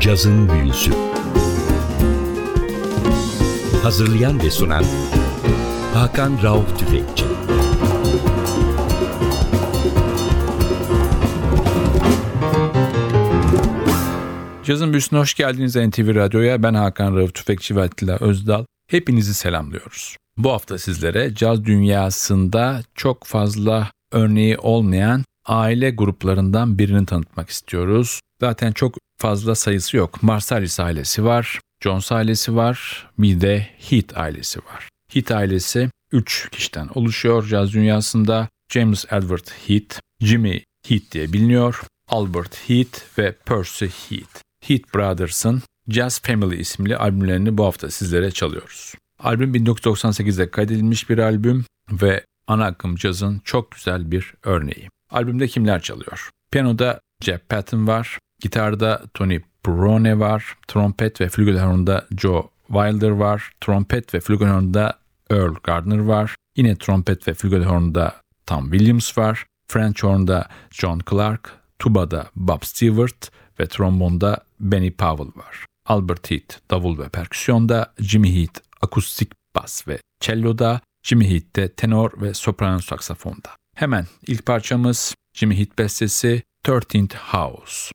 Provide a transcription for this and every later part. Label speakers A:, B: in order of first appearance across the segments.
A: Cazın Büyüsü. Hazırlayan ve sunan Hakan Rauf Tüfekçi.
B: Cazın Büyüsü'ne hoş geldiniz NTV Radyo'ya. Ben Hakan Rauf Tüfekçi ve Atilla Özdal. Hepinizi selamlıyoruz. Bu hafta sizlere caz dünyasında çok fazla örneği olmayan aile gruplarından birini tanıtmak istiyoruz. Zaten çok fazla sayısı yok. Marsalis ailesi var, Jones ailesi var, bir de Heath ailesi var. Heath ailesi 3 kişiden oluşuyor caz dünyasında. James Edward Heath, Jimmy Heath diye biliniyor, Albert Heath ve Percy Heath. Heath Brothers'ın Jazz Family isimli albümlerini bu hafta sizlere çalıyoruz. Albüm 1998'de kaydedilmiş bir albüm ve ana akım cazın çok güzel bir örneği. Albümde kimler çalıyor? Piyanoda Jeff Patton var, gitarda Tony Brone var, trompet ve flügelhorn'da Joe Wilder var, trompet ve flügelhorn'da Earl Gardner var, yine trompet ve flügelhorn'da Tom Williams var, French horn'da John Clark, tubada Bob Stewart ve trombonda Benny Powell var. Albert Heath davul ve perküsyonda, Jimmy Heath akustik bas ve cello'da, Jimmy Heath de tenor ve soprano saksafonda. Hemen ilk parçamız Jimmy Heath bestesi 13th House.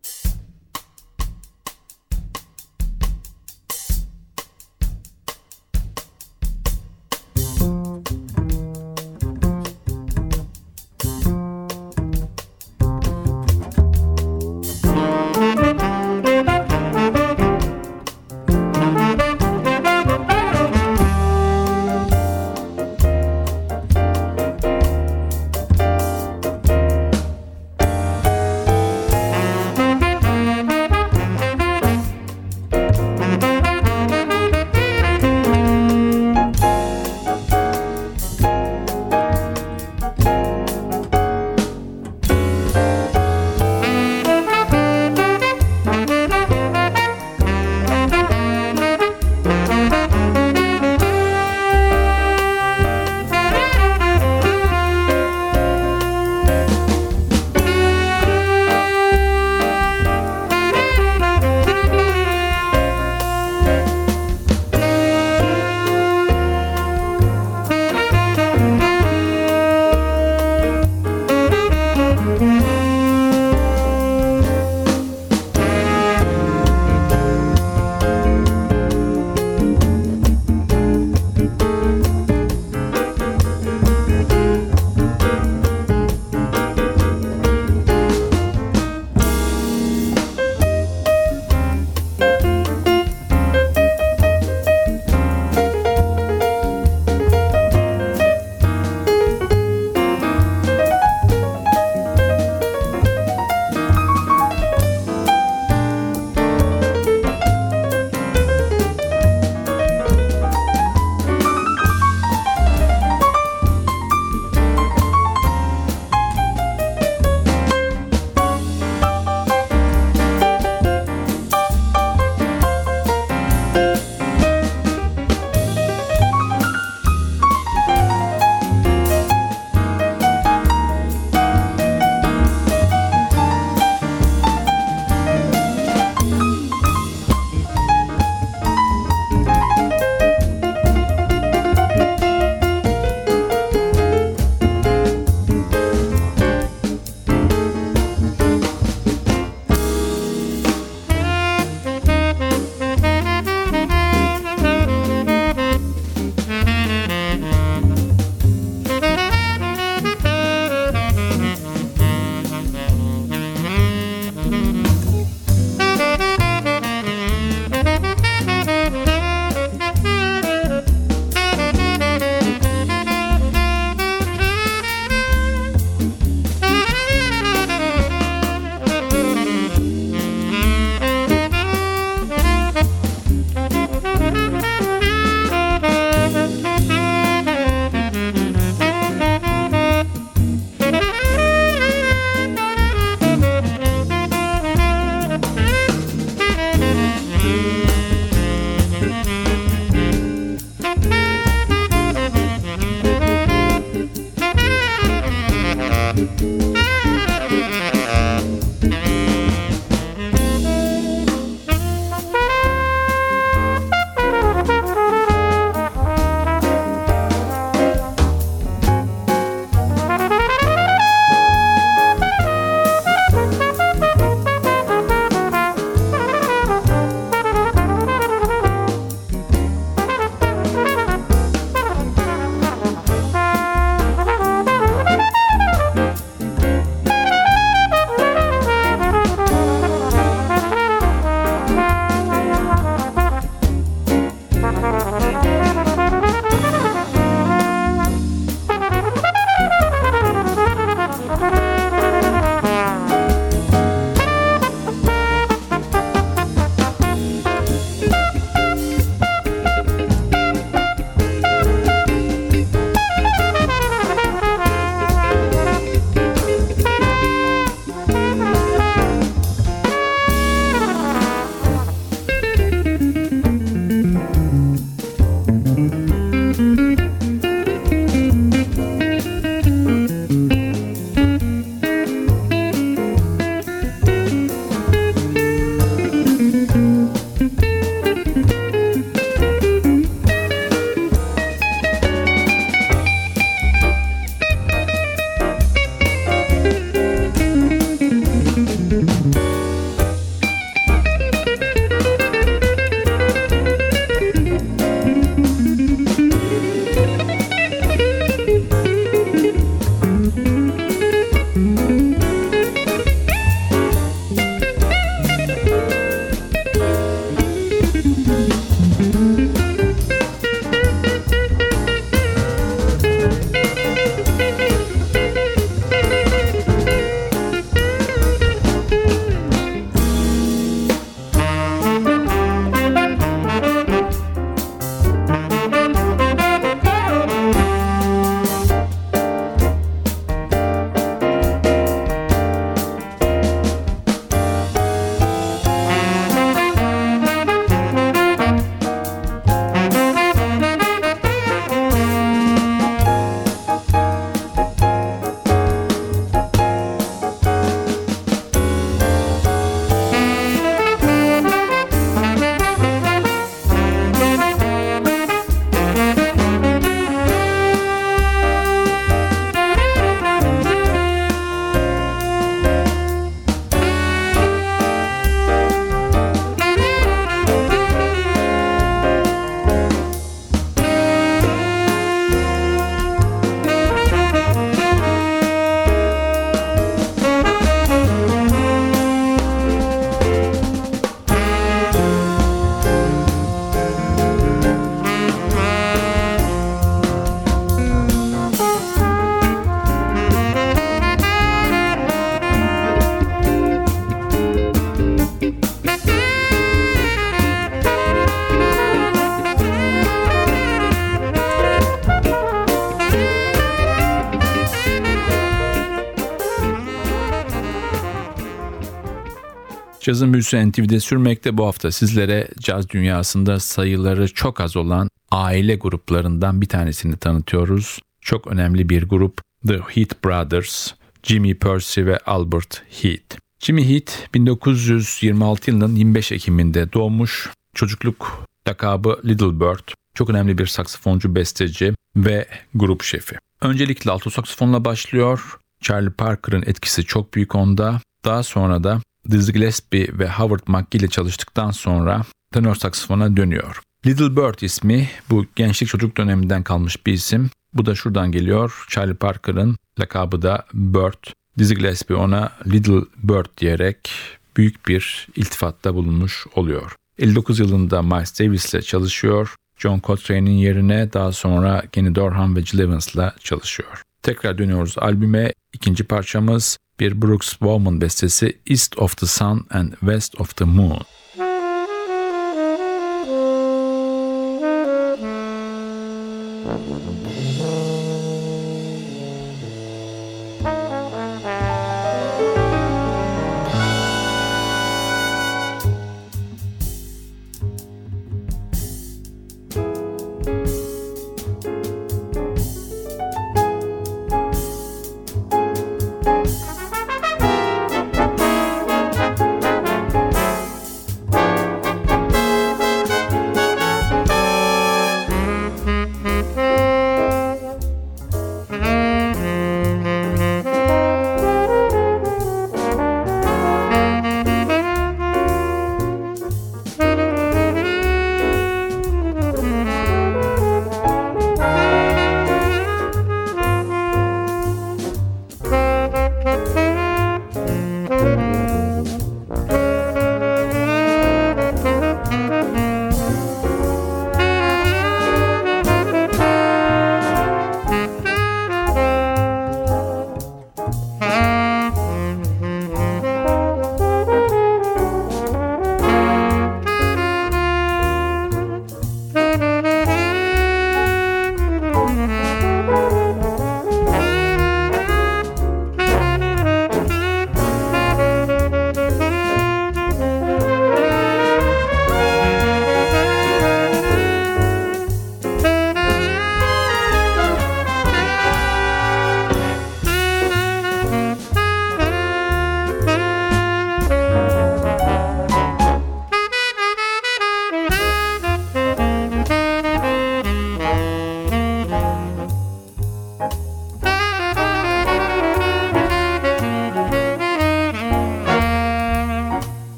B: Cazın büyüsü NTV'de sürmekte. Bu hafta sizlere caz dünyasında sayıları çok az olan aile gruplarından bir tanesini tanıtıyoruz. Çok önemli bir grup, The Heath Brothers, Jimmy Percy ve Albert Heath. Jimmy Heath 1926 yılının 25 Ekim'inde doğmuş. Çocukluk lakabı Little Bird. Çok önemli bir saksafoncu, besteci ve grup şefi. Öncelikle alto saksafonla başlıyor. Charlie Parker'ın etkisi çok büyük onda. Daha sonra da Dizzy Gillespie ve Howard McGhee ile çalıştıktan sonra tenor saksafona dönüyor. Little Bird ismi bu gençlik çocuk döneminden kalmış bir isim. Bu da şuradan geliyor. Charlie Parker'ın lakabı da Bird. Dizzy Gillespie ona Little Bird diyerek büyük bir iltifatta bulunmuş oluyor. 59 yılında Miles Davis ile çalışıyor. John Coltrane'in yerine daha sonra Kenny Dorham ve Gil Evans'la çalışıyor. Tekrar dönüyoruz albüme. İkinci parçamız bir Brooks Bowman bestesi, East of the Sun and West of the Moon.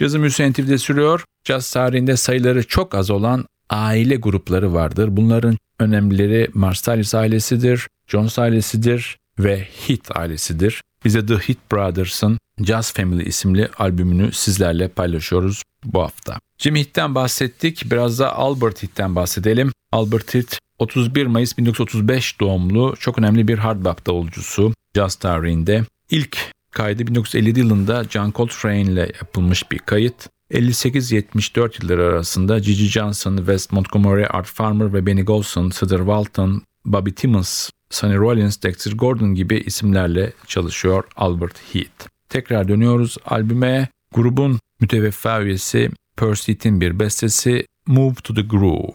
B: Cazın Büyüsü NTV'de sürüyor. Caz tarihinde sayıları çok az olan aile grupları vardır. Bunların önemlileri Marsalis ailesidir, Jones ailesidir ve Heath ailesidir. Bize The Heath Brothers'ın Jazz Family isimli albümünü sizlerle paylaşıyoruz bu hafta. Jimmy Heath'ten bahsettik. Biraz da Albert Heath'ten bahsedelim. Albert Heath 31 Mayıs 1935 doğumlu çok önemli bir hard bop davulcusu caz tarihinde. İlk kaydı 1957 yılında John Coltrane ile yapılmış bir kayıt. 58-74 yılları arasında Gigi Johnson, Wes Montgomery, Art Farmer ve Benny Golson, Cedar Walton, Bobby Timmons, Sonny Rollins, Dexter Gordon gibi isimlerle çalışıyor Albert Heath. Tekrar dönüyoruz albüme. Grubun müteveffa üyesi Percy Heath'in bir bestesi Move to the Groove.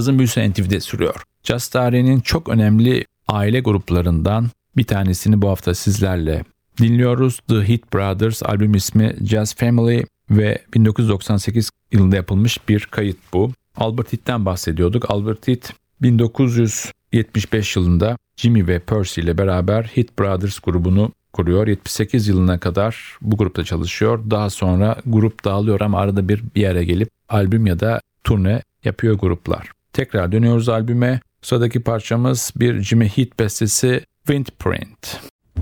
B: Cazın büyüsü NTV'de sürüyor. Caz tarihinin çok önemli aile gruplarından bir tanesini bu hafta sizlerle dinliyoruz. The Heath Brothers, albüm ismi Jazz Family ve 1998 yılında yapılmış bir kayıt bu. Albert Heath'ten bahsediyorduk. Albert Heath 1975 yılında Jimmy ve Percy ile beraber Heath Brothers grubunu kuruyor. 78 yılına kadar bu grupta çalışıyor. Daha sonra grup dağılıyor ama arada bir yere gelip albüm ya da turne yapıyor gruplar. Tekrar dönüyoruz albüme. Sıradaki parçamız bir Jimmy Heath bestesi Windprint.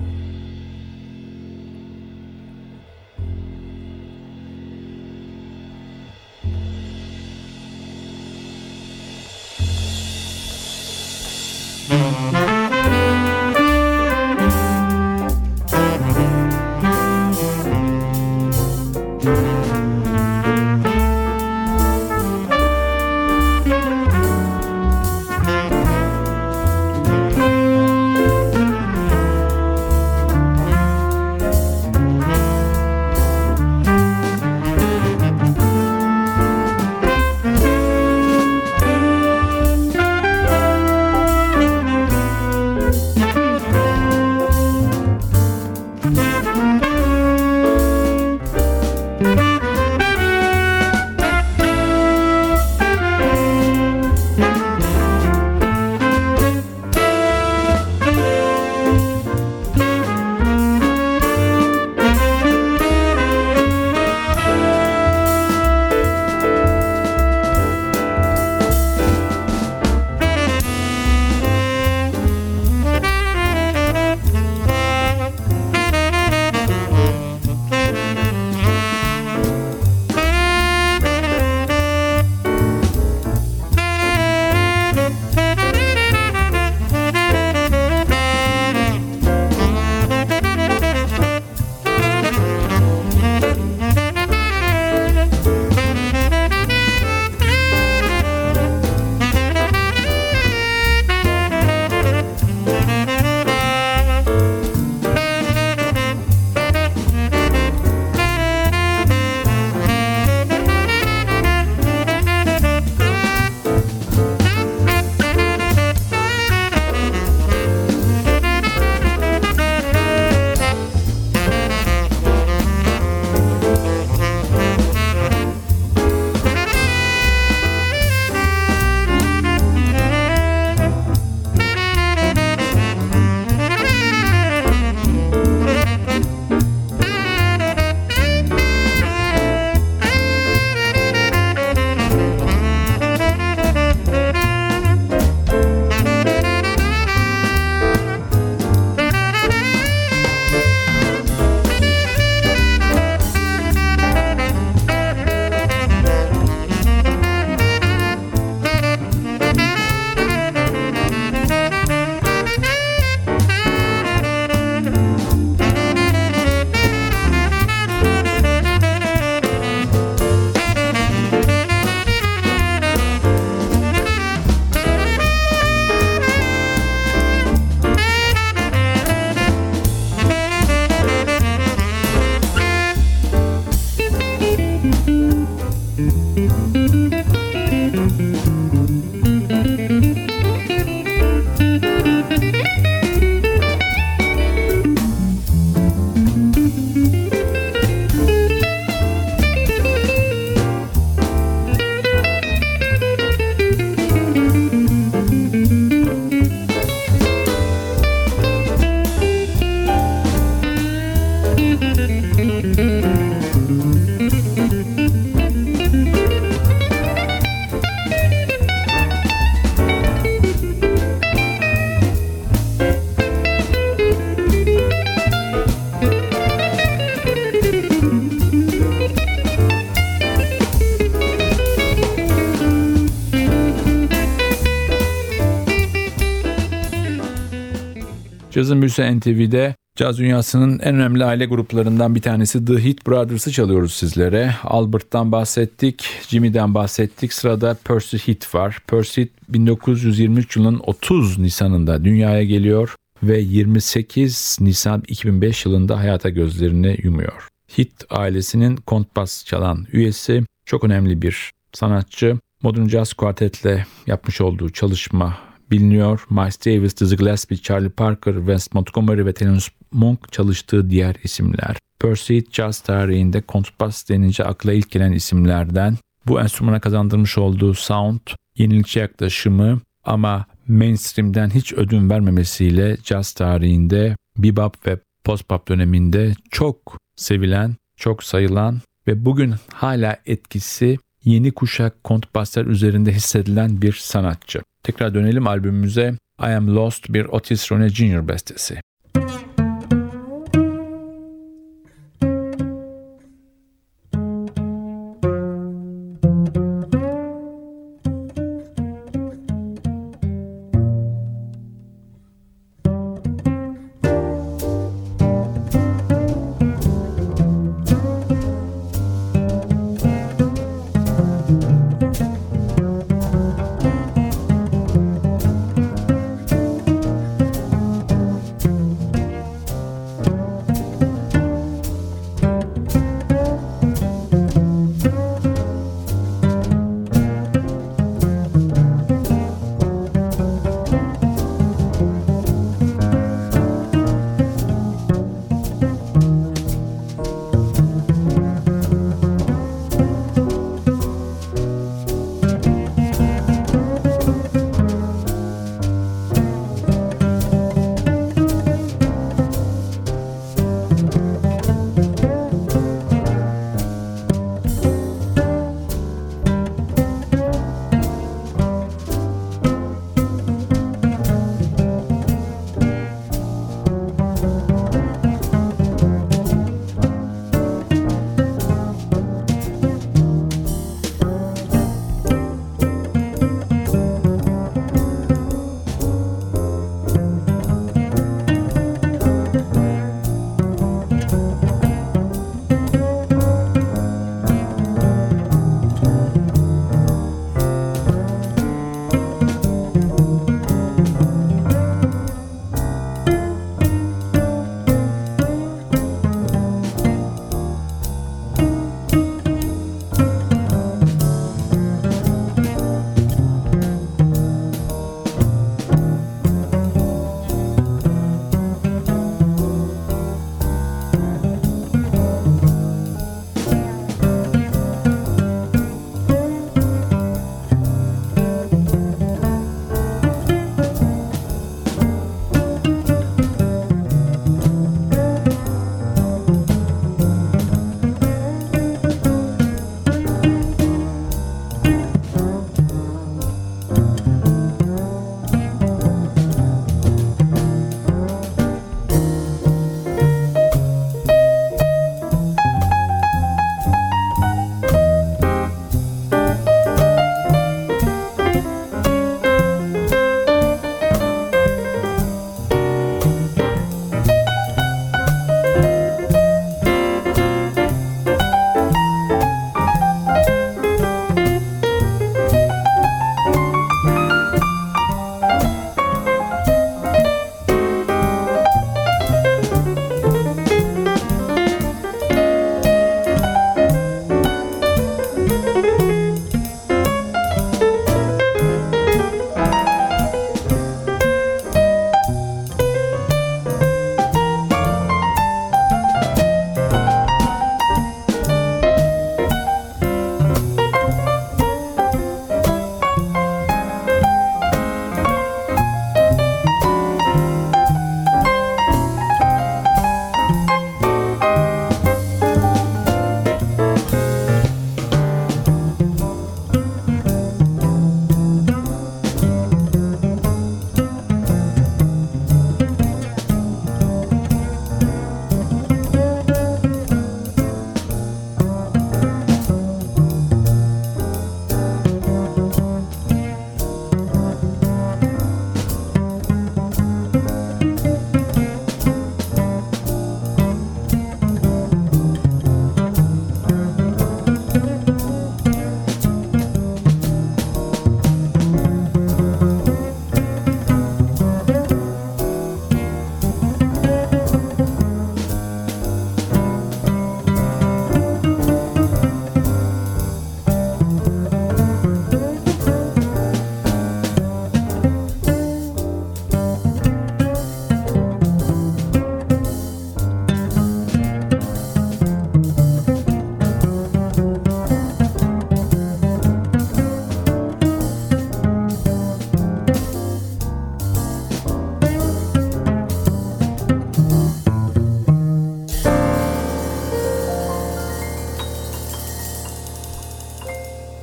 B: Cazın büyüsü NTV'de caz dünyasının en önemli aile gruplarından bir tanesi The Heath Brothers'ı çalıyoruz sizlere. Albert'tan bahsettik, Jimmy'den bahsettik. Sırada Percy Heath var. Percy 1923 yılının 30 Nisan'ında dünyaya geliyor ve 28 Nisan 2005 yılında hayata gözlerini yumuyor. Heath ailesinin kontrbas çalan üyesi, çok önemli bir sanatçı. Modern Jazz Quartet'le yapmış olduğu çalışma biliniyor. Miles Davis, Dizzy Gillespie, Charlie Parker, Wes Montgomery ve Thelonious Monk çalıştığı diğer isimler. Pursuit Jazz tarihinde kontrbas denince akla ilk gelen isimlerden. Bu enstrümana kazandırmış olduğu sound, yenilikçi yaklaşımı ama mainstream'den hiç ödün vermemesiyle jazz tarihinde bebop ve post-bop döneminde çok sevilen, çok sayılan ve bugün hala etkisi yeni kuşak kontrbaslar üzerinde hissedilen bir sanatçı. Tekrar dönelim albümümüze. I Am Lost bir Otis Ronne Jr. bestesi.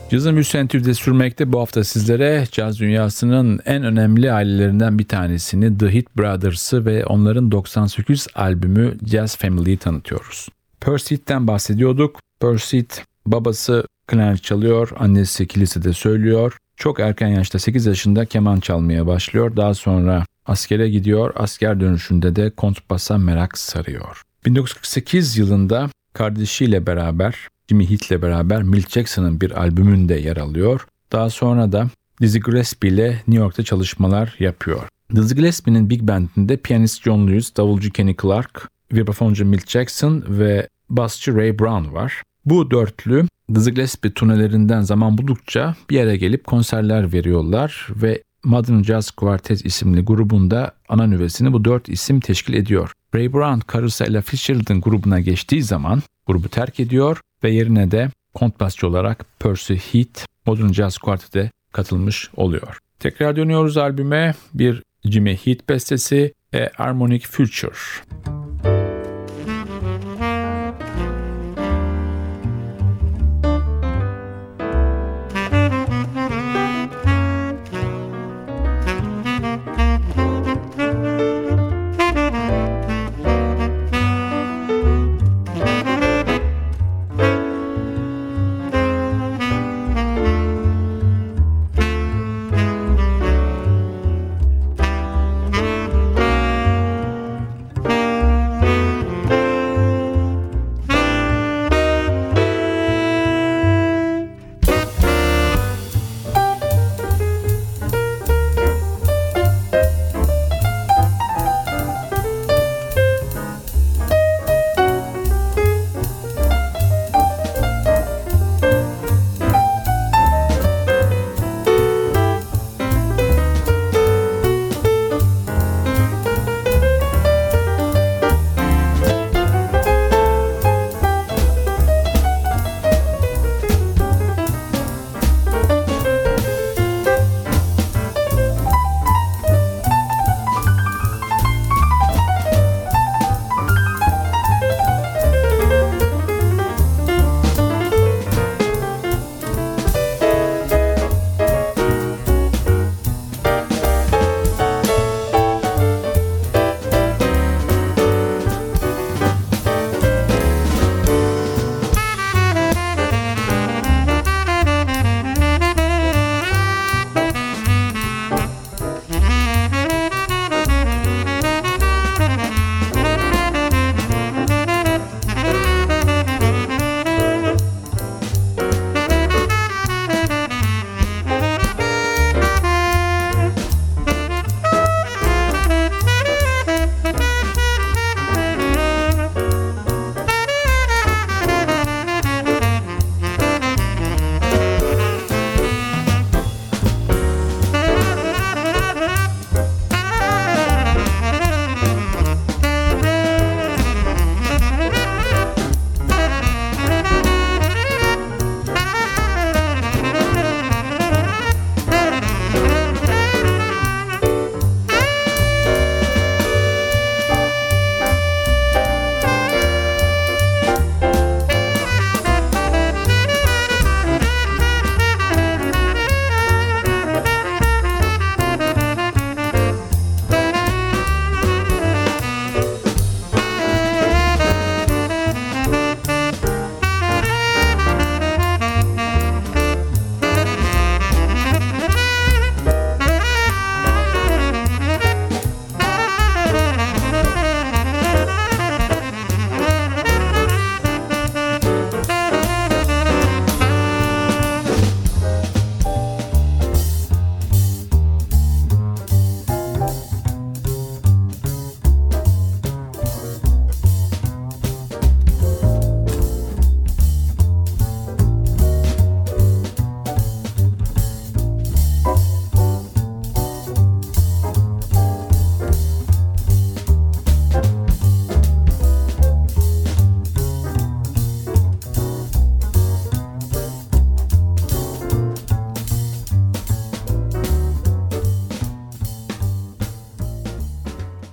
B: Cazın büyüsü NTV'de sürmekte. Bu hafta sizlere caz dünyasının en önemli ailelerinden bir tanesini, The Hit Brothers'ı ve onların 98 albümü Jazz Family'yi tanıtıyoruz. Percy Heath'ten bahsediyorduk. Percy Heath, babası klarnet çalıyor, annesi kilisede söylüyor. Çok erken yaşta 8 yaşında keman çalmaya başlıyor. Daha sonra askere gidiyor. Asker dönüşünde de kontrbasa merak sarıyor. 1948 yılında kardeşiyle beraber, Jimmy Heath'le beraber Milt Jackson'ın bir albümünde yer alıyor. Daha sonra da Dizzy Gillespie ile New York'ta çalışmalar yapıyor. Dizzy Gillespie'nin Big Band'inde piyanist John Lewis, davulcu Kenny Clarke, vibrafoncu Milt Jackson ve basçı Ray Brown var. Bu dörtlü Dizzy Gillespie turnelerinden zaman buldukça bir yere gelip konserler veriyorlar ve Modern Jazz Quartet isimli grubunda ana nüvesini bu 4 isim teşkil ediyor. Ray Brown karısı Ella Fitzgerald'ın grubuna geçtiği zaman grubu terk ediyor ve yerine de kontrbasçı olarak Percy Heath Modern Jazz Quartet'e katılmış oluyor. Tekrar dönüyoruz albüme, bir Jimmy Heath bestesi A Harmonic Future.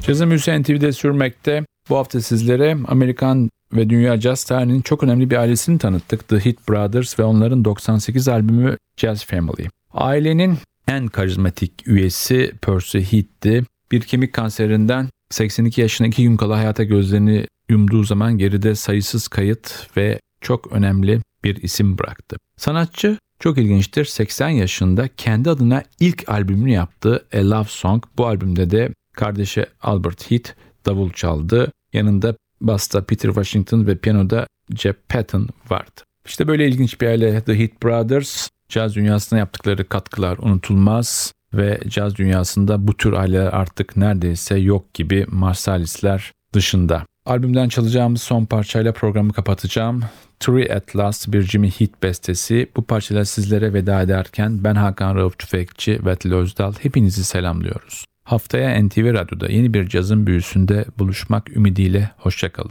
B: Cazın Büyüsü NTV'de sürmekte. Bu hafta sizlere Amerikan ve dünya caz tarihinin çok önemli bir ailesini tanıttık. The Hit Brothers ve onların 98 albümü Jazz Family. Ailenin en karizmatik üyesi Percy Heath'ti. Bir kemik kanserinden 82 yaşına 2 gün kala hayata gözlerini yumduğu zaman geride sayısız kayıt ve çok önemli bir isim bıraktı. Sanatçı çok ilginçtir. 80 yaşında kendi adına ilk albümünü yaptı, A Love Song. Bu albümde de kardeşi Albert Heath davul çaldı. Yanında basta Peter Washington ve piyanoda Jeff Patton vardı. İşte böyle ilginç bir aile The Hit Brothers. Caz dünyasına yaptıkları katkılar unutulmaz ve caz dünyasında bu tür aileler artık neredeyse yok gibi, Marsalisler dışında. Albümden çalacağımız son parçayla programı kapatacağım. Tree at Last, bir Jimmy Heath bestesi. Bu parçayla sizlere veda ederken ben Hakan Rauf Tüfekçi ve Atilla Özdal hepinizi selamlıyoruz. Haftaya NTV Radyo'da yeni bir cazın büyüsünde buluşmak ümidiyle hoşçakalın.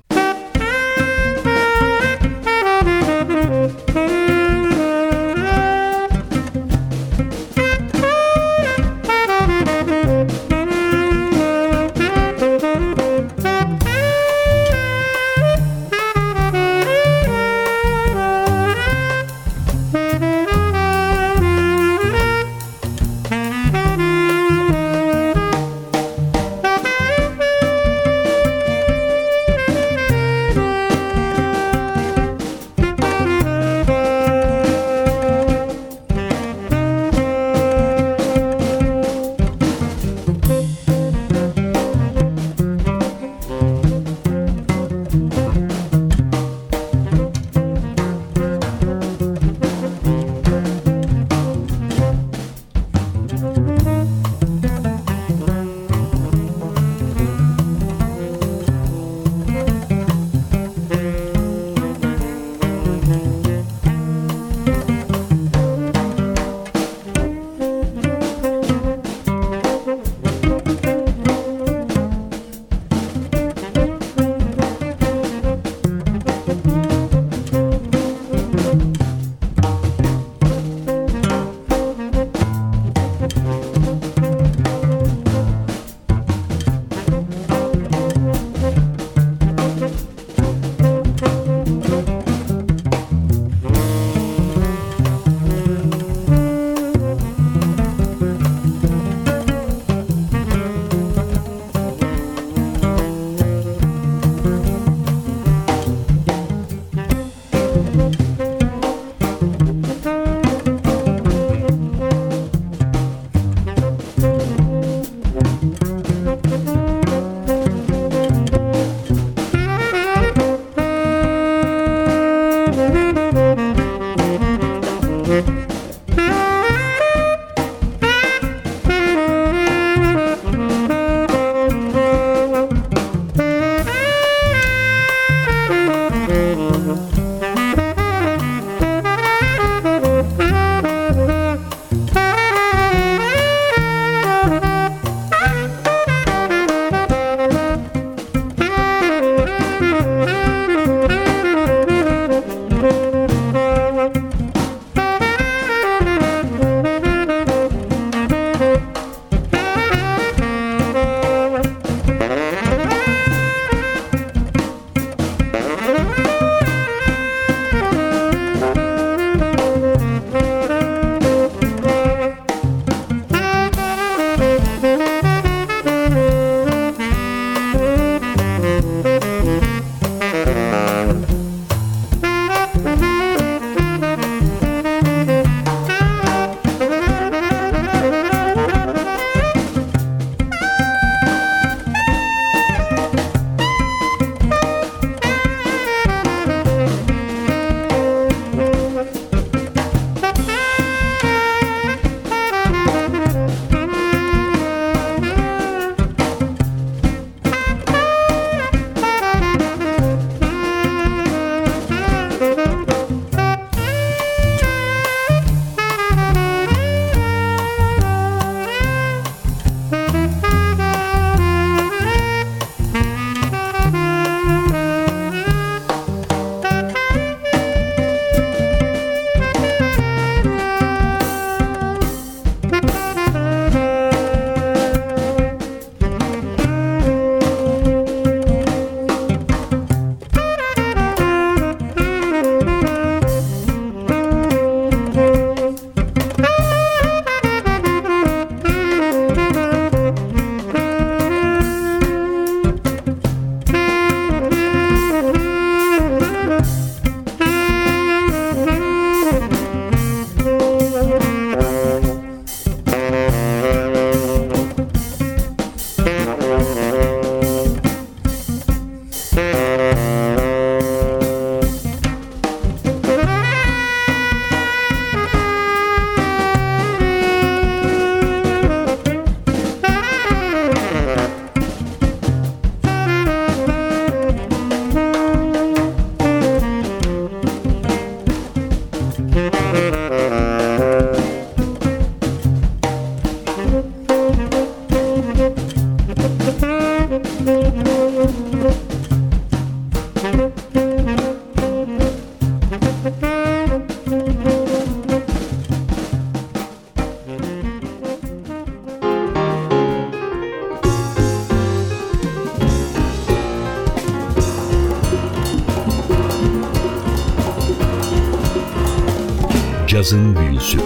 A: Cazın Büyüsü.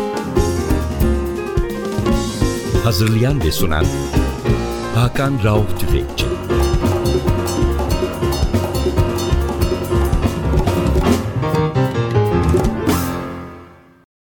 A: Hazırlayan ve sunan Hakan Rauf Tüfekçi.